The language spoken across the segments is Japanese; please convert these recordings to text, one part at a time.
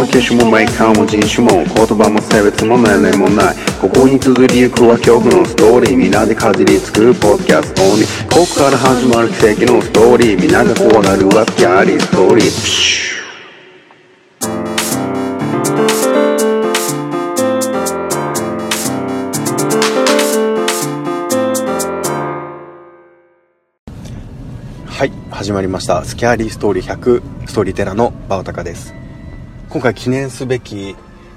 機種もメーカーも人種も言葉も性別も年齢もない、ここに続きゆくは曲のストーリー、みんなでかじりつくポッドキャストに、ここから始まる奇跡のストーリー、みんながこうなるはスキャーリーストーリー。はい、始まりました。スキャーリーストーリー100、ストーリーテラーのバオタカです。今回記念すべき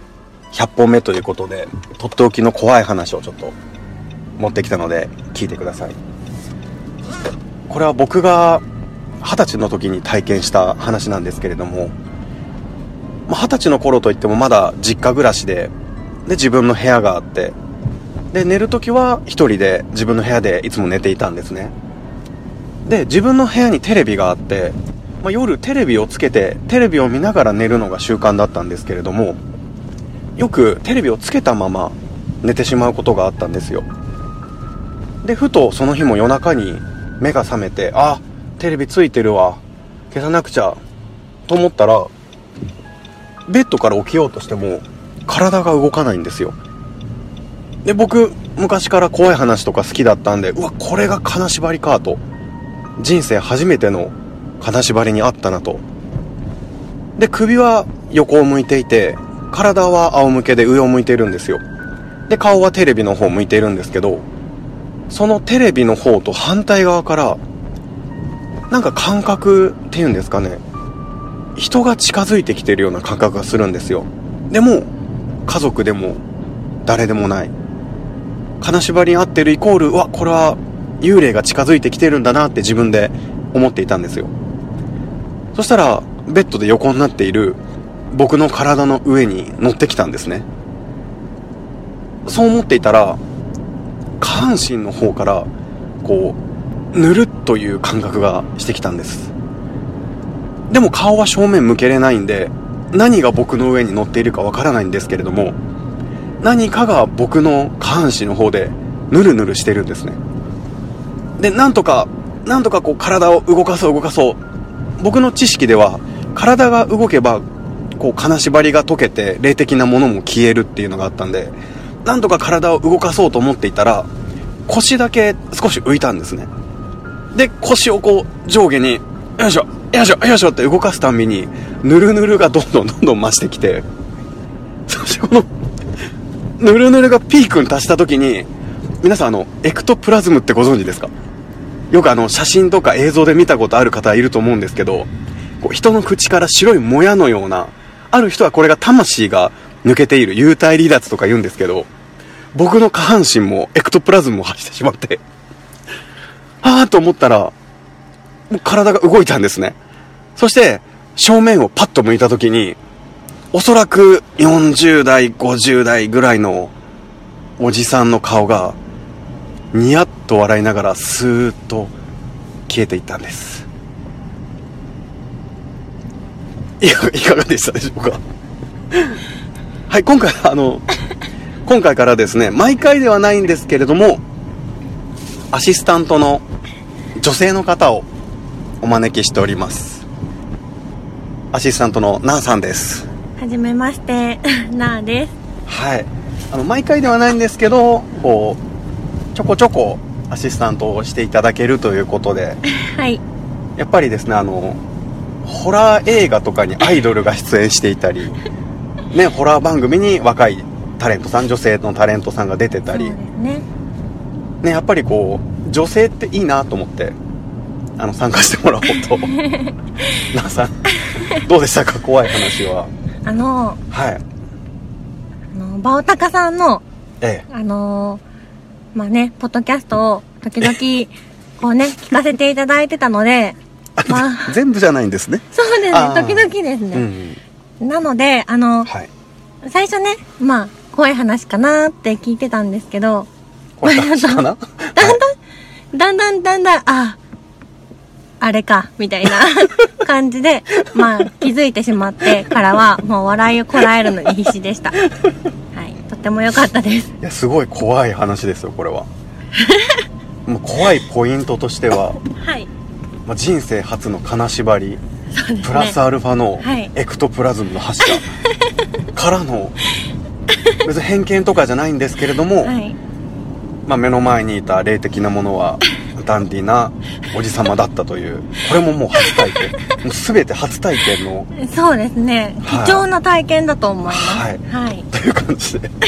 100本目ということで、とっておきの怖い話をちょっと持ってきたので聞いてください。これは僕が20歳の時に体験した話なんですけれども、20歳の頃といってもまだ実家暮らしで自分の部屋があって、で寝る時は一人で自分の部屋でいつも寝ていたんですね。で自分の部屋にテレビがあって、夜テレビをつけてテレビを見ながら寝るのが習慣だったんですけれども、よくテレビをつけたまま寝てしまうことがあったんですよ。でふとその日も夜中に目が覚めて、あ、テレビついてるわ、消さなくちゃと思ったら、ベッドから起きようとしても体が動かないんですよ。で僕昔から怖い話とか好きだったんで、うわ、これが金縛りかと、人生初めての金縛りにあったなと。で首は横を向いていて、体は仰向けで上を向いているんですよ。で顔はテレビの方向いているんですけど、そのテレビの方と反対側からなんか感覚っていうんですかね、人が近づいてきてるような感覚がするんですよ。でも家族でも誰でもない、金縛りに合ってるイコール、うわ、これは幽霊が近づいてきてるんだなって自分で思っていたんですよ。そしたらベッドで横になっている僕の体の上に乗ってきたんですね。そう思っていたら下半身の方からこうぬるっという感覚がしてきたんです。でも顔は正面向けれないんで、何が僕の上に乗っているかわからないんですけれども、何かが僕の下半身の方でぬるぬるしてるんですね。でなんとかこう体を動かそう。僕の知識では体が動けばこう金縛りが解けて霊的なものも消えるっていうのがあったんで、なんとか体を動かそうと思っていたら、腰だけ少し浮いたんですね。で腰をこう上下によいしょって動かすたんびにぬるぬるがどんどん増してきて、そしてこのぬるぬるがピークに達した時に、皆さんエクトプラズムってご存知ですか？よく写真とか映像で見たことある方いると思うんですけど、こう人の口から白いもやのような、ある人はこれが魂が抜けている幽体離脱とか言うんですけど、僕の下半身もエクトプラズムを発してしまって、あーと思ったらもう体が動いたんですね。そして正面をパッと向いた時に、おそらく40代50代ぐらいのおじさんの顔がニヤッと笑いながらスーッと消えていったんです。いかがでしたでしょうか？はい、今回からですね、毎回ではないんですけれども、アシスタントの女性の方をお招きしております。アシスタントのなあさんです。 はじめまして、なあです。 はい、毎回ではないんですけど、こうちょこちょこアシスタントをしていただけるということで、 はい、 やっぱりですね、ホラー映画とかにアイドルが出演していたりね、ホラー番組に若いタレントさん、女性のタレントさんが出てたり、 そうですね、 やっぱりこう女性っていいなと思って参加してもらおうとなあさんどうでしたか、怖い話は。 はい、バオタカさんのまあね、ポッドキャストを時々こうね聞かせていただいてたので、 全部じゃないんですね。 そうですね、時々ですね、なのではい、最初ね、怖い話かなって聞いてたんですけど、 怖い話かなだんだんあれかみたいな感じで気づいてしまってからはもう笑いをこらえるのに必死でした。とっても良かったです。 いや、すごい怖い話ですよ、これは。もう怖いポイントとしては、 はい、 人生初の金縛り、 そうですね、 プラスアルファのエクトプラズムの発射、 からの別に偏見とかじゃないんですけれども、 はい、 まあ、目の前にいた霊的なものはダンディーなおじさまだったという、これももう初体験、もう全て初体験の、 そうですね、 はい、 貴重な体験だと思います。 はい、 はい、 という感じではい、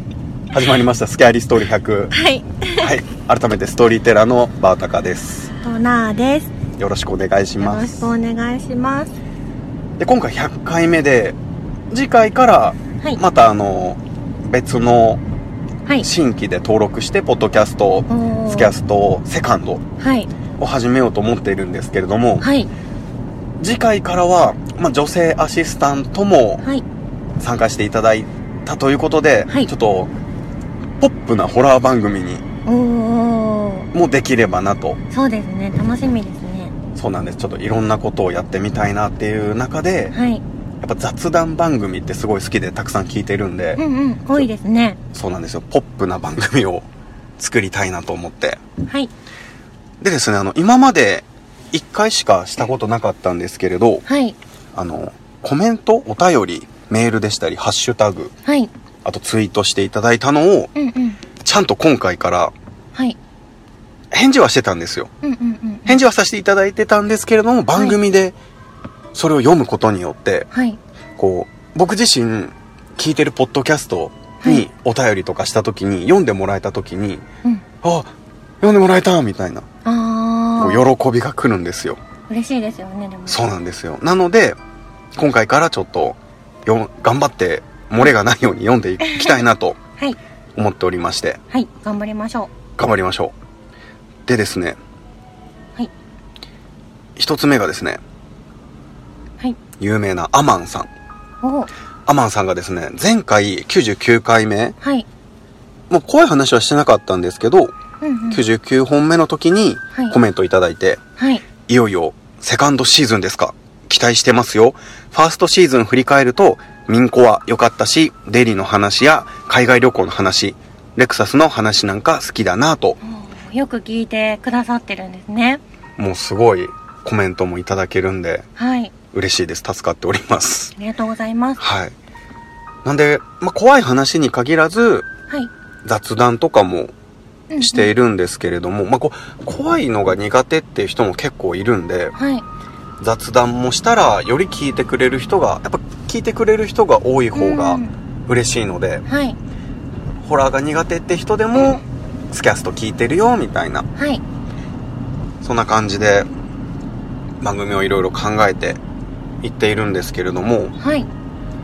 始まりましたスキャーリーストーリー100。 はい、 はい、改めてストーリーテラーのバータカです。 トナーです。 よろしくお願いします。 よろしくお願いします。 で、今回100回目で、次回からまた別の新規で登録してポッドキャスト、スキャストセカンドを始めようと思っているんですけれども、 はい、 次回からは、まあ、女性アシスタントも参加していただいたということで、 はい、 ちょっとポップなホラー番組にもできればなと。 そうですね、楽しみですね。 そうなんです。ちょっといろんなことをやってみたいなっていう中で、 はい、 やっぱ雑談番組ってすごい好きでたくさん聞いてるんで、 うんうん、多いですね。 そうなんですよ。ポップな番組を作りたいなと思って。 はい。 でですね、今まで1回しかしたことなかったんですけれど、 はい。 コメント、お便り、メールでしたり、ハッシュタグ、 はい。 あとツイートしていただいたのを、 うんうん、 ちゃんと今回から、 はい。 返事はしてたんですよ。 うんうんうん。返事はさせていただいてたんですけれども、番組でそれを読むことによって、 はい。 こう、僕自身聞いてるポッドキャストにお便りとかした時に、読んでもらえた時に、 うん、 あ、読んでもらえたみたいな、喜びが来るんですよ。 嬉しいですよね、でも。 そうなんですよ。なので、今回からちょっと、頑張って漏れがないように読んでいきたいなと思っておりまして。 はい、頑張りましょう。 頑張りましょう。でですね、 はい。 一つ目がですね、 はい。 有名なアマンさん。 お。 アマンさんがですね、前回99回目、 はい。 もう怖い話はしてなかったんですけど、 うんうん、 99本目の時にコメントいただいて、 はい。 いよいよセカンドシーズンですか？期待してますよ。ファーストシーズン振り返ると、民コは良かったし、デリの話や海外旅行の話、レクサスの話なんか好きだなと。 よく聞いてくださってるんですね。 もうすごいコメントもいただけるんで、 はい。 嬉しいです。助かっております。 ありがとうございます。 はい。なんで、まあ、怖い話に限らず、 はい。 雑談とかもしているんですけれども、まあ、怖いのが苦手っていう人も結構いるんで、 はい。 雑談もしたらより聞いてくれる人が、やっぱ聞いてくれる人が多い方が嬉しいので、 はい。 ホラーが苦手って人でも、スキャスト聞いてるよみたいな、 はい。 そんな感じで番組をいろいろ考えていっているんですけれども、 はい。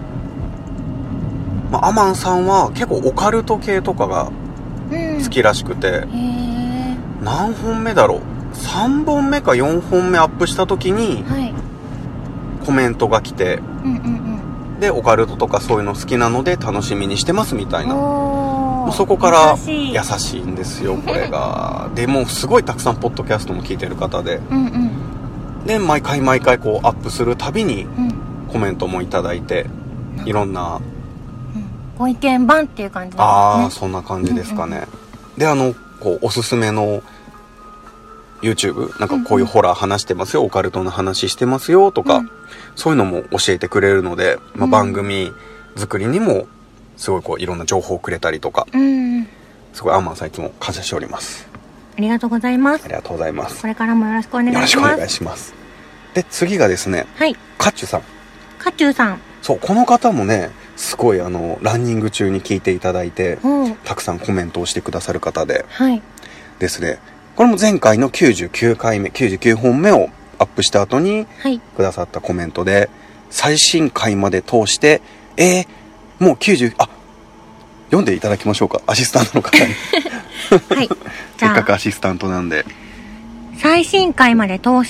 まあ、アマンさんは結構オカルト系とかが好きらしくて、何本目だろう、3本目か4本目アップした時にコメントが来て、でオカルトとかそういうの好きなので楽しみにしてますみたいな、もうそこから優しいんですよ、これが。でもうすごいたくさんポッドキャストも聞いてる方で、で毎回こうアップするたびにコメントもいただいて、いろんな、 ご意見番っていう感じですね。 ああ、そんな感じですかね。で、こうおすすめの YouTube なんかこういうホラー話してますよ、オカルトの話してますよとか、そういうのも教えてくれるので、まあ、番組作りにもすごいこういろんな情報をくれたりとか、すごいアンマンさんいつも感謝しております。 ありがとうございます。 ありがとうございます。 これからもよろしくお願いします。 よろしくお願いします。で、次がですね、 はい。 カッチュさん。 カッチュさん。 そう、この方もね、すごいランニング中に聞いていただいて、たくさんコメントをしてくださる方で、 はい。 ですね、これも前回の99回目、99本目をアップした後にくださったコメントで、最新回まで通して、もう90、読んでいただきましょうか、アシスタントの方に。 はい。 せっかくアシスタントなんで。 最新回まで通して、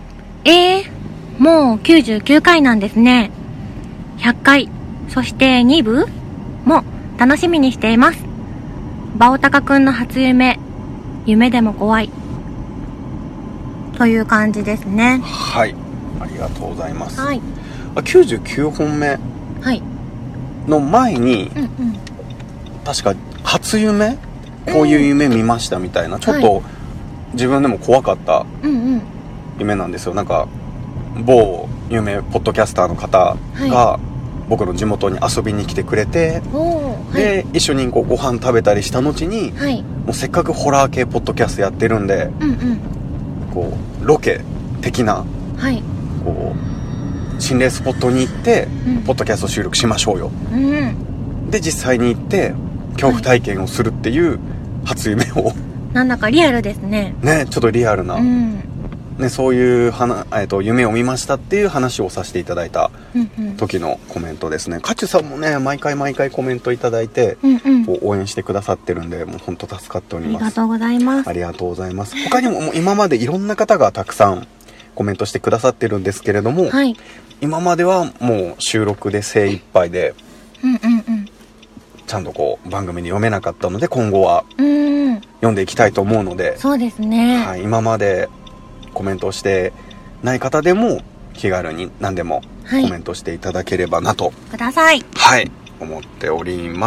もう99回なんですね。100回、そして2部も楽しみにしています。バオタカくんの初夢、夢でも怖い。という感じですね。 はい。ありがとうございます。 はい。 99本目の前に、確か初夢、こういう夢見ましたみたいな、ちょっと自分でも怖かった夢なんですよ。なんか某有名ポッドキャスターの方が僕の地元に遊びに来てくれて、で、一緒にこうご飯食べたりした後に、もうせっかくホラー系ポッドキャストやってるんで、こうロケ的な、こう心霊スポットに行って、ポッドキャスト収録しましょうよ、で実際に行って恐怖体験をするっていう初夢を、 なんだかリアルですね。 ね、ちょっとリアルな、ね、そういう夢を見ましたっていう話をさせていただいた時のコメントですね。カチュさんもね、毎回コメントいただいて、こう応援してくださってるんで、もう本当助かっております。 ありがとうございます。 ありがとうございます。他にも、もう今までいろんな方がたくさんコメントしてくださってるんですけれども、今まではもう収録で精一杯で、ちゃんとこう番組に読めなかったので、今後は読んでいきたいと思うので、 そうですね、 今までコメントをしてない方でも気軽に何でもコメントしていただければなと、 ください。 思っております。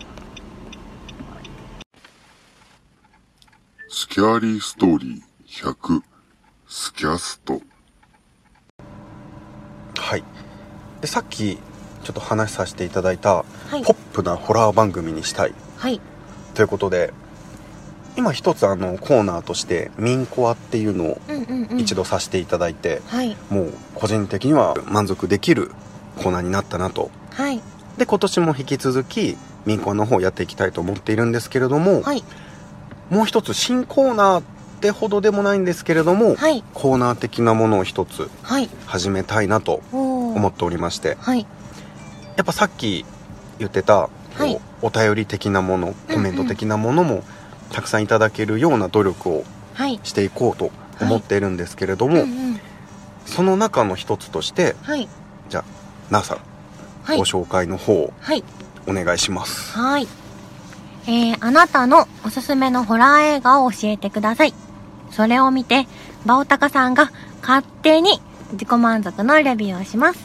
スキャーリーストーリー100スキャスト。 で、さっきちょっと話させていただいた、ポップなホラー番組にしたい、ということで、今一つコーナーとしてミンコアっていうのを一度させていただいて、もう個人的には満足できるコーナーになったなと、で今年も引き続きミンコアの方をやっていきたいと思っているんですけれども、もう一つ新コーナーってほどでもないんですけれども、コーナー的なものを一つ始めたいなと思っておりまして、やっぱさっき言ってた、お便り的なもの、コメント的なものもたくさんいただけるような努力をしていこうと思っているんですけれども、その中の一つとして、じゃあなあさん、ご紹介の方をお願いします。 あなたのおすすめのホラー映画を教えてください。それを見てバオタカさんが勝手に自己満足のレビューをします。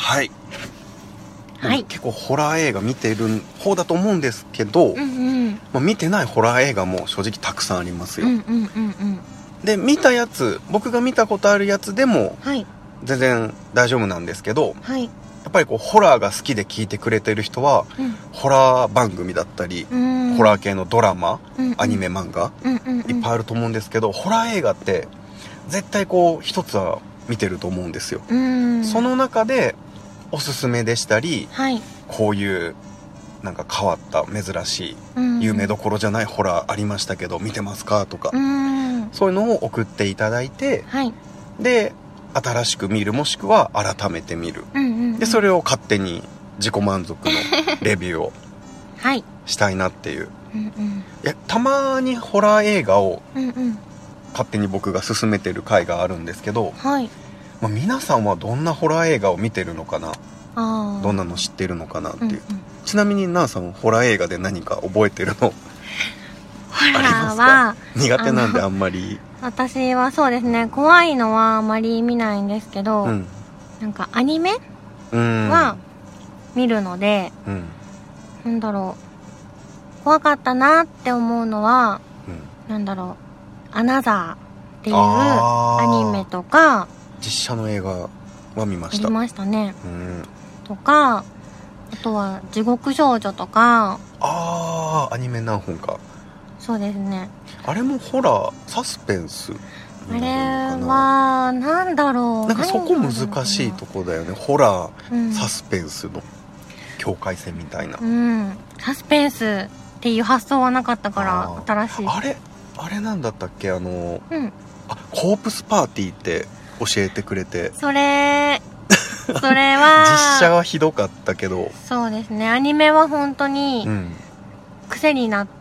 結構ホラー映画見てる方だと思うんですけど、見てないホラー映画も正直たくさんありますよ。で、見たやつ、僕が見たことあるやつでも全然大丈夫なんですけど、やっぱりこうホラーが好きで聞いてくれてる人は、ホラー番組だったり、ホラー系のドラマ、アニメ漫画、いっぱいあると思うんですけど、ホラー映画って絶対こう一つは見てると思うんですよ。その中でおすすめでしたり、こういうなんか変わった珍しい、有名どころじゃないホラーありましたけど見てますかとか、そういうのを送っていただいて、で新しく見る、もしくは改めて見る、でそれを勝手に自己満足のレビューをしたいなっていう、いや、たまにホラー映画を勝手に僕が勧めてる回があるんですけど、皆さんはどんなホラー映画を見てるのかな、どんなの知ってるのかなっていう、ちなみになあさん、ホラー映画で何か覚えてるのありますか？苦手なんであんまり。 私はそうですね、怖いのはあまり見ないんですけど、なんかアニメは見るので、なんだろう、怖かったなって思うのは、なんだろう、アナザーっていうアニメとか、 実写の映画は見ました。 見ましたね。とか、あとは地獄少女とか。 アニメ何本か。 そうですね。 あれもホラー、サスペンス。 あれはなんだろう。 なんかそこ難しいとこだよね。ホラー、サスペンスの境界線みたいな。 サスペンスっていう発想はなかったから新しい。 あれなんだったっけ、コープスパーティーって教えてくれて。 それは実写はひどかったけど、 そうですね、アニメは本当に癖になって、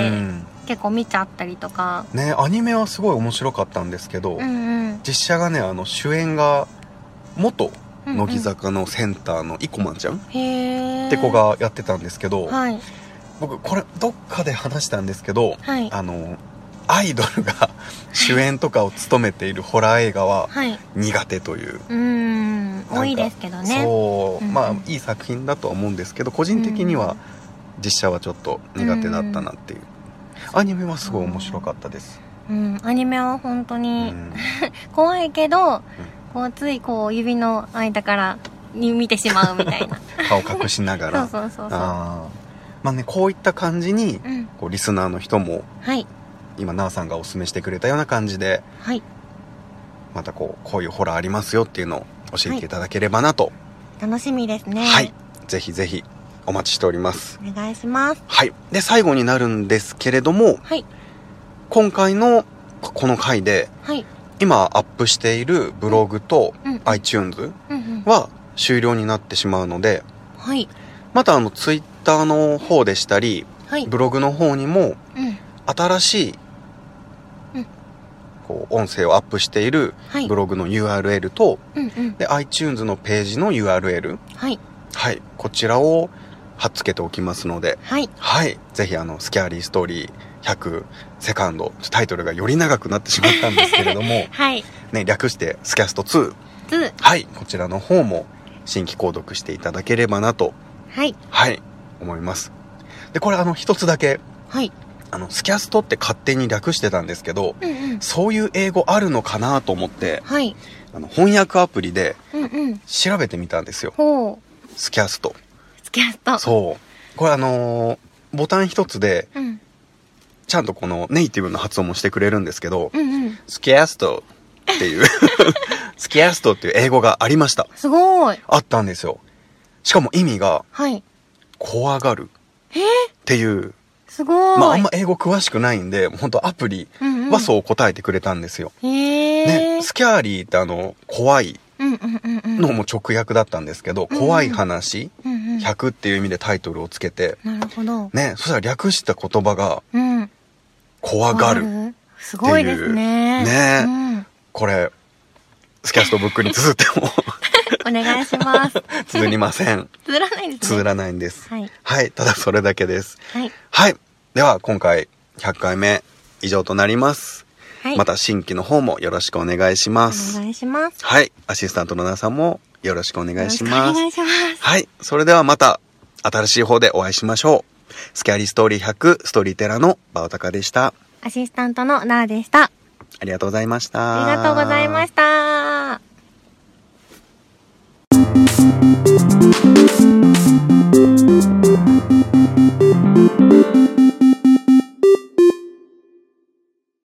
結構見ちゃったりとかね。アニメはすごい面白かったんですけど、実写がね、主演が元乃木坂のセンターの生駒ちゃんって子がやってたんですけど、僕これどっかで話したんですけど、アイドルが主演とかを務めているホラー映画は苦手という、 多いですけどね。 そう、いい作品だとは思うんですけど、個人的には実写はちょっと苦手だったなっていう。アニメはすごい面白かったです。 アニメは本当に怖いけど、こうついこう指の間からに見てしまうみたいな。 顔隠しながら。 そうそうそうそう。 まあね、こういった感じに、 うん。 こうリスナーの人も、 はい。 今、なあさんがお勧めしてくれたような感じで、 はい。 またこういうホラーありますよっていうのを教えていただければなと。 楽しみですね。 はい。ぜひぜひ、お待ちしております。 お願いします。 はい。で、最後になるんですけれども、 はい。 今回のこの回で、 はい。 今アップしているブログとうん。 iTunes うんうん。 は終了になってしまうので、 はい。 またTwitter の方でしたり、 はい。 ブログの方にもうん。 新しい、 うんこう音声をアップしているはい。 ブログの URL と、 うんうん。 で iTunes のページの URL、 はい。 はい、こちらを貼っつけておきますので、 はい。 はい、ぜひスキャーリーストーリー100セカンド、タイトルがより長くなってしまったんですけれどもはい。 ね、略してスキャスト2、 つ。 はい、こちらの方も新規購読していただければなと、 はい。 はい、思います。で、これ一つだけ、 はい。 スキャストって勝手に略してたんですけど、 うんうん。 そういう英語あるのかなと思って、 はい。 翻訳アプリでうんうん。 調べてみたんですよ。 ほう。 スキャスト。 スキャスト。 そう。これボタン一つで、 うん。 ちゃんとこのネイティブの発音もしてくれるんですけど、 うんうん。 スキャストっていう、スキャストっていう英語がありました。 すごい。 あったんですよ。しかも意味が、 はい。 怖がるっていう、 すごい。 まああんま英語詳しくないんで、本当アプリはそう答えてくれたんですよ。 へえ。 ね、スキャーリーって怖いうんうんうんうん。 のも直訳だったんですけど、怖い話、 うんうん。 100っていう意味でタイトルをつけて、 なるほど。 ね、そしたら略した言葉が、 うん。 怖がる。 すごいですね。 ねうん。 これ、スキャストブックに綴ってもお願いします。 綴りません。 綴らないですね。 綴らないんです。 はい。 はい、ただそれだけです。 はい。 はい。では、今回100回目以上となります。 はい。 また新規の方もよろしくお願いしまおす。 願いします。 はい。アシスタントの皆さんもよろしくお願いします。 よろしくお願いします。 はい。それではまた新しい方でお会いしましょう。スキャリーストーリー100ストーリーテラーのバオタカでした。 アシスタントのナーでした。 ありがとうございました。 ありがとうございました。